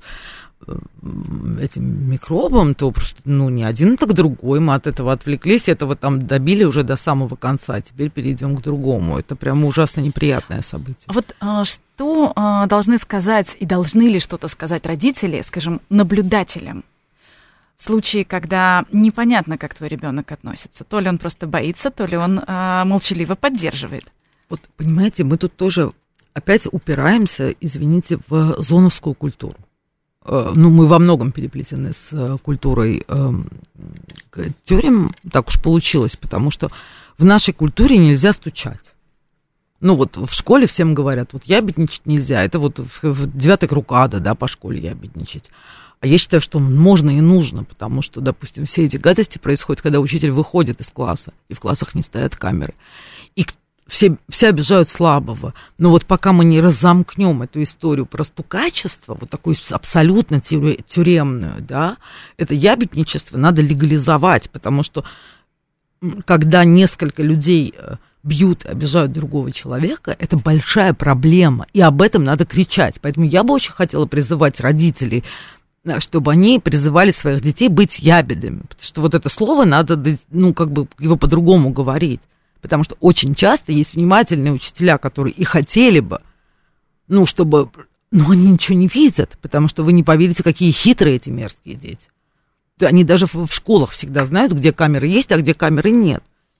этим микробом, то просто, не один, так другой. Мы от этого отвлеклись, этого добили уже до самого конца. Теперь перейдем к другому. Это прямо ужасно неприятное событие. Вот что должны сказать и должны ли что-то сказать родители, скажем, наблюдателям? В случае, когда непонятно, как твой ребенок относится. То ли он просто боится, то ли он молчаливо поддерживает. Вот, понимаете, мы тут тоже опять упираемся, извините, в зоновскую культуру. Мы во многом переплетены с культурой тюрем, так уж получилось, потому что в нашей культуре нельзя стучать. Вот в школе всем говорят, вот ябедничать нельзя, это вот в 9 круг ада, да, по школе ябедничать. А я считаю, что можно и нужно, потому что, допустим, все эти гадости происходят, когда учитель выходит из класса, и в классах не стоят камеры. И все обижают слабого. Но вот пока мы не разомкнем эту историю про стукачество, вот такую абсолютно тюремную, да, это ябедничество надо легализовать, потому что когда несколько людей бьют и обижают другого человека, это большая проблема, и об этом надо кричать. Поэтому я бы очень хотела призывать родителей, чтобы они призывали своих детей быть ябедами, потому что вот это слово надо, его по-другому говорить. Потому что очень часто есть внимательные учителя, которые и хотели бы, чтобы... Но они ничего не видят, потому что вы не поверите, какие хитрые эти мерзкие дети. Они даже в школах всегда знают, где камеры есть, а где камеры нет.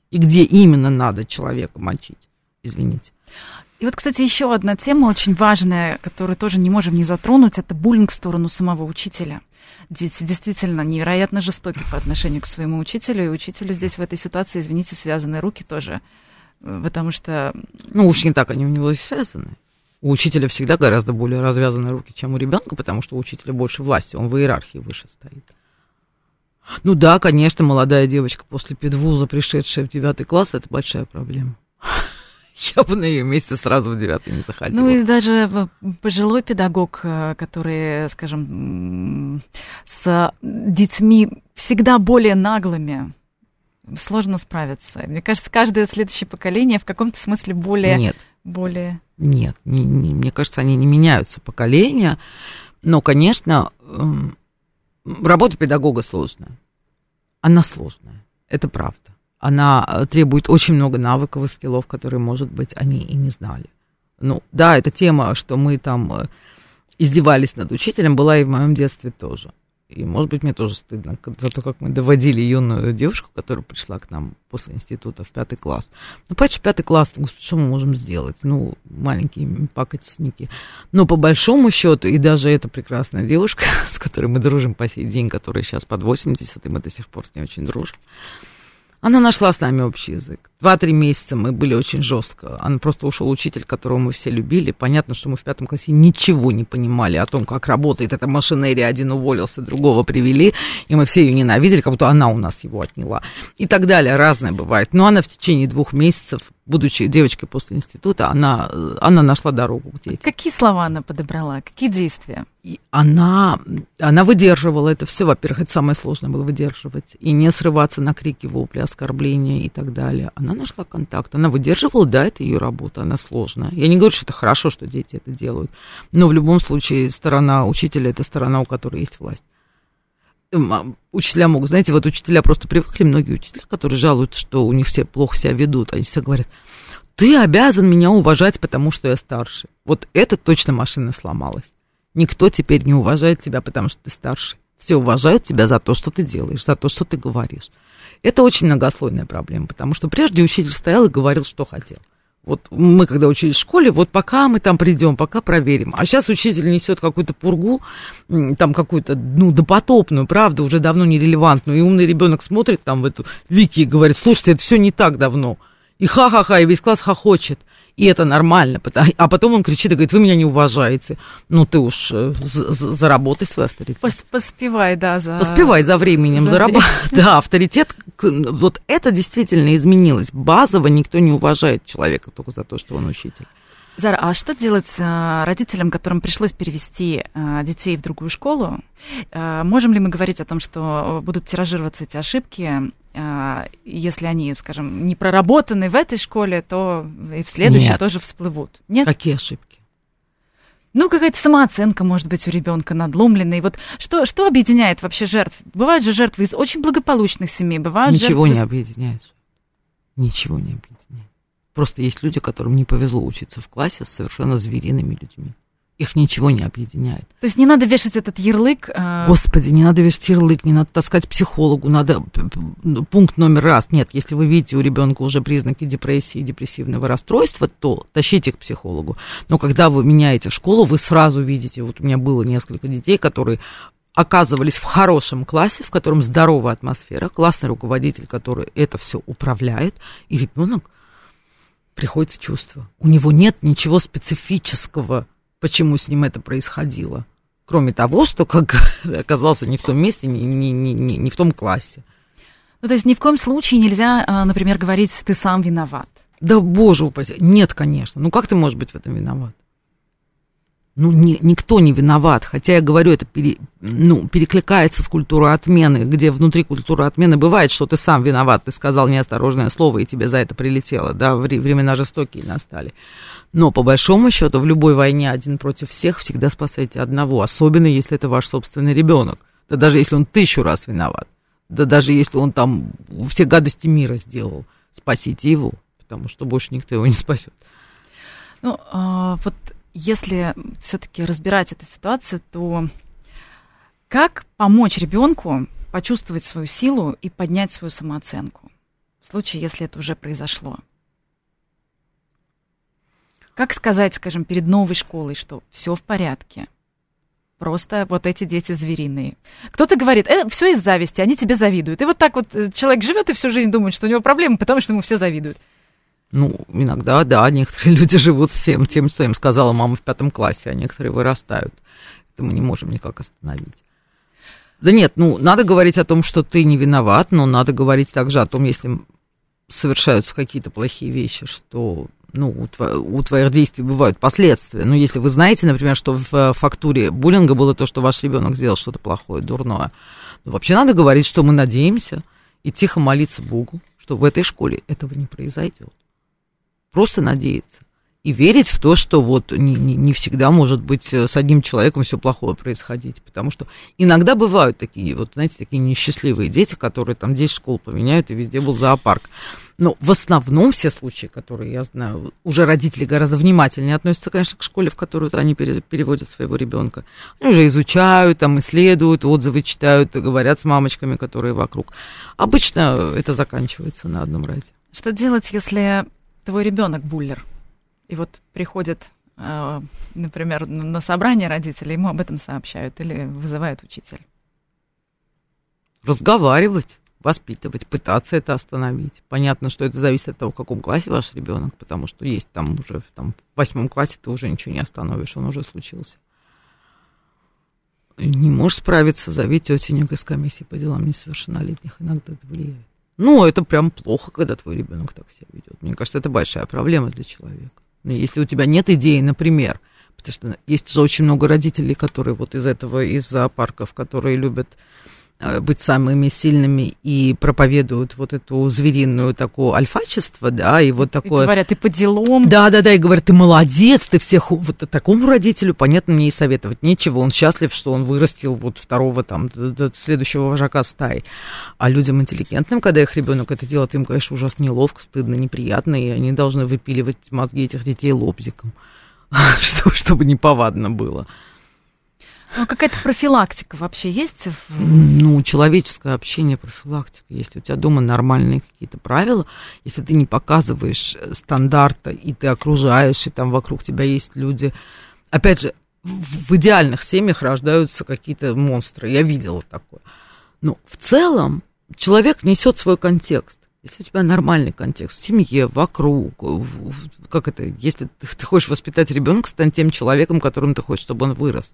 и где именно надо человека мочить. Извините. И вот, кстати, еще одна тема очень важная, которую тоже не можем не затронуть, это буллинг в сторону самого учителя. Дети действительно невероятно жестоки по отношению к своему учителю, и учителю здесь в этой ситуации, извините, связаны руки тоже, потому что... Ну, уж не так они у него и связаны. У учителя всегда гораздо более развязаны руки, чем у ребенка, потому что у учителя больше власти, он в иерархии выше стоит. Ну да, конечно, молодая девочка после педвуза, пришедшая в 9 класс, это большая проблема. Я бы на ее месте сразу в 9 не заходила. Ну и даже пожилой педагог, который, скажем, с детьми всегда более наглыми, сложно справиться. Мне кажется, каждое следующее поколение в каком-то смысле более... Нет, мне кажется, они не меняются, поколения. Но, конечно, работа педагога сложная. Она сложная, это правда. Она требует очень много навыков и скиллов, которые, может быть, они и не знали. Ну, да, эта тема, что мы там издевались над учителем, была и в моем детстве тоже. И, может быть, мне тоже стыдно за то, как мы доводили юную девушку, которая пришла к нам после института в 5 класс. Ну, понимаете, 5 класс, господи, что мы можем сделать? Ну, маленькие пакостники. Но по большому счету, и даже эта прекрасная девушка, с которой мы дружим по сей день, которая сейчас под 80, и мы до сих пор с ней очень дружим, она нашла с нами общий язык. 2-3 месяца мы были очень жестко. Она просто ушел учитель, которого мы все любили. Понятно, что мы в 5 классе ничего не понимали о том, как работает эта машинерия. Один уволился, другого привели, и мы все ее ненавидели, как будто она у нас его отняла. И так далее. Разное бывает. Но она в течение 2 месяцев, будучи девочкой после института, она нашла дорогу к детям. Какие слова она подобрала? Какие действия? И она выдерживала это все. Во-первых, это самое сложное было выдерживать. И не срываться на крики, вопли, оскорбления и так далее. Она нашла контакт. Она выдерживала, да, это ее работа, она сложная. Я не говорю, что это хорошо, что дети это делают. Но в любом случае сторона учителя – это сторона, у которой есть власть. Учителя могут, знаете, вот учителя просто привыкли, многие учителя, которые жалуются, что у них все плохо себя ведут. Они все говорят: ты обязан меня уважать, потому что я старше. Вот это точно машина сломалась. Никто теперь не уважает тебя, потому что ты старше. Все уважают тебя за то, что ты делаешь, за то, что ты говоришь. Это очень многослойная проблема, потому что прежде учитель стоял и говорил, что хотел. Вот мы, когда учились в школе, вот пока мы там придем, пока проверим. А сейчас учитель несет какую-то пургу, там какую-то, допотопную, правда, уже давно нерелевантную. И умный ребенок смотрит там в эту вики и говорит: слушайте, это все не так давно. И ха-ха-ха, и весь класс хохочет. И это нормально. А потом он кричит и говорит: вы меня не уважаете. Ну, ты уж заработай свой авторитет. Поспевай, да. Поспевай за временем. Да, авторитет. Вот это действительно изменилось. Базово никто не уважает человека только за то, что он учитель. Зара, а что делать родителям, которым пришлось перевести детей в другую школу? Можем ли мы говорить о том, что будут тиражироваться эти ошибки? Если они, скажем, не проработаны в этой школе, то и в следующей тоже всплывут. Нет? Какие ошибки? Ну, какая-то самооценка, может быть, у ребенка надломленная. Вот что объединяет вообще жертв? Бывают же жертвы из очень благополучных семей, бывают Ничего жертвы... не объединяет. Ничего не объединяет. Просто есть люди, которым не повезло учиться в классе с совершенно звериными людьми. Их ничего не объединяет. То есть не надо вешать этот ярлык? Господи, не надо вешать ярлык, не надо таскать к психологу, надо... Пункт номер раз. Нет, если вы видите у ребенка уже признаки депрессии и депрессивного расстройства, то тащите к психологу. Но когда вы меняете школу, вы сразу видите... Вот у меня было несколько детей, которые оказывались в хорошем классе, в котором здоровая атмосфера, классный руководитель, который это все управляет, и ребенок приходит в чувство. У него нет ничего специфического, почему с ним это происходило. Кроме того, что как оказался не в том месте, не в том классе. Ну, то есть ни в коем случае нельзя, например, говорить: ты сам виноват. Да, боже упаси. Нет, конечно. Ну, как ты можешь быть в этом виноват? Ну, никто не виноват. Хотя я говорю, это перекликается с культурой отмены, где внутри культуры отмены бывает, что ты сам виноват. Ты сказал неосторожное слово, и тебе за это прилетело. Да, времена жестокие настали. Но, по большому счету, в любой войне один против всех всегда спасайте одного. Особенно, если это ваш собственный ребенок. Да даже если он 1000 раз виноват. Да даже если он там все гадости мира сделал. Спасите его, потому что больше никто его не спасет. Ну, вот... Если все-таки разбирать эту ситуацию, то как помочь ребенку почувствовать свою силу и поднять свою самооценку? в случае, если это уже произошло? Как сказать, скажем, перед новой школой, что все в порядке? Просто вот эти дети звериные. Кто-то говорит, все из зависти, они тебе завидуют. И вот так вот человек живет и всю жизнь думает, что у него проблемы, потому что ему все завидуют. Ну, иногда, да, некоторые люди живут всем тем, что им сказала мама в 5 классе, а некоторые вырастают. Это мы не можем никак остановить. Да нет, надо говорить о том, что ты не виноват, но надо говорить также о том, если совершаются какие-то плохие вещи, что... у твоих действий бывают последствия. Но если вы знаете, например, что в фактуре буллинга было то, что ваш ребенок сделал что-то плохое, дурное, вообще надо говорить, что мы надеемся и тихо молиться Богу, что в этой школе этого не произойдет. Просто надеяться. И верить в то, что вот не всегда может быть с одним человеком все плохое происходить. Потому что иногда бывают такие, вот знаете, такие несчастливые дети, которые там 10 школ поменяют, и везде был зоопарк. Но в основном все случаи, которые я знаю, уже родители гораздо внимательнее относятся, конечно, к школе, в которую они переводят своего ребенка. Они уже изучают, там исследуют, отзывы читают, говорят с мамочками, которые вокруг. Обычно это заканчивается на одном разе. Что делать, если твой ребенок буллер? И вот приходит, например, на собрание родителей, ему об этом сообщают или вызывает учитель? Разговаривать, воспитывать, пытаться это остановить. Понятно, что это зависит от того, в каком классе ваш ребенок, потому что есть там уже в 8 классе ты уже ничего не остановишь, он уже случился. Не можешь справиться, зови тетенек из комиссии по делам несовершеннолетних, иногда это влияет. Это прям плохо, когда твой ребенок так себя ведет. Мне кажется, это большая проблема для человека. Но если у тебя нет идеи, например, потому что есть же очень много родителей, которые вот из зоопарков, которые любят быть самыми сильными и проповедуют вот эту звериную такое альфачество, да, и вот такое... И говорят, и по делам. Да, и говорят, ты молодец, ты всех... Вот такому родителю, понятно, мне и советовать нечего, он счастлив, что он вырастил вот второго там, до следующего вожака стаи. А людям интеллигентным, когда их ребенок это делает, им, конечно, ужасно неловко, стыдно, неприятно, и они должны выпиливать мозги этих детей лобзиком, чтобы неповадно было. Какая-то профилактика вообще есть? Человеческое общение, профилактика. Если у тебя дома нормальные какие-то правила, если ты не показываешь стандарта, и ты окружаешь, и там вокруг тебя есть люди. Опять же, в идеальных семьях рождаются какие-то монстры. Я видела такое. Но в целом человек несет свой контекст. Если у тебя нормальный контекст в семье, вокруг, если ты хочешь воспитать ребенка, стань тем человеком, которым ты хочешь, чтобы он вырос.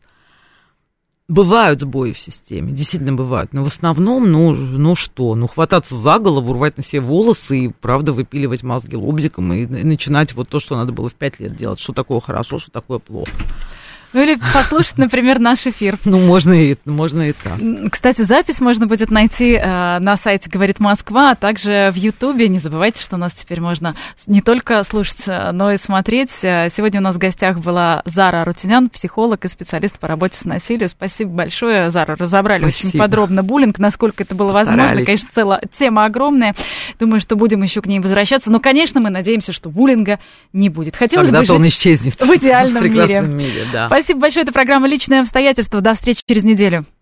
Бывают сбои в системе, действительно бывают, но в основном, хвататься за голову, рвать на себе волосы и, правда, выпиливать мозги лобзиком и начинать вот то, что надо было в 5 лет делать, что такое хорошо, что такое плохо. Или послушать, например, наш эфир. Можно и так. Кстати, запись можно будет найти на сайте «Говорит Москва», а также в Ютубе. Не забывайте, что нас теперь можно не только слушать, но и смотреть. Сегодня у нас в гостях была Зара Арутюнян, психолог и специалист по работе с насилием. Спасибо большое, Зара. Разобрали очень подробно буллинг, насколько это было возможно. Конечно, тема огромная. Думаю, что будем еще к ней возвращаться. Но, конечно, мы надеемся, что буллинга не будет. Хотелось бы жить он исчезнет в идеальном мире. Да. Спасибо большое. Это программа «Личные обстоятельства». До встречи через неделю.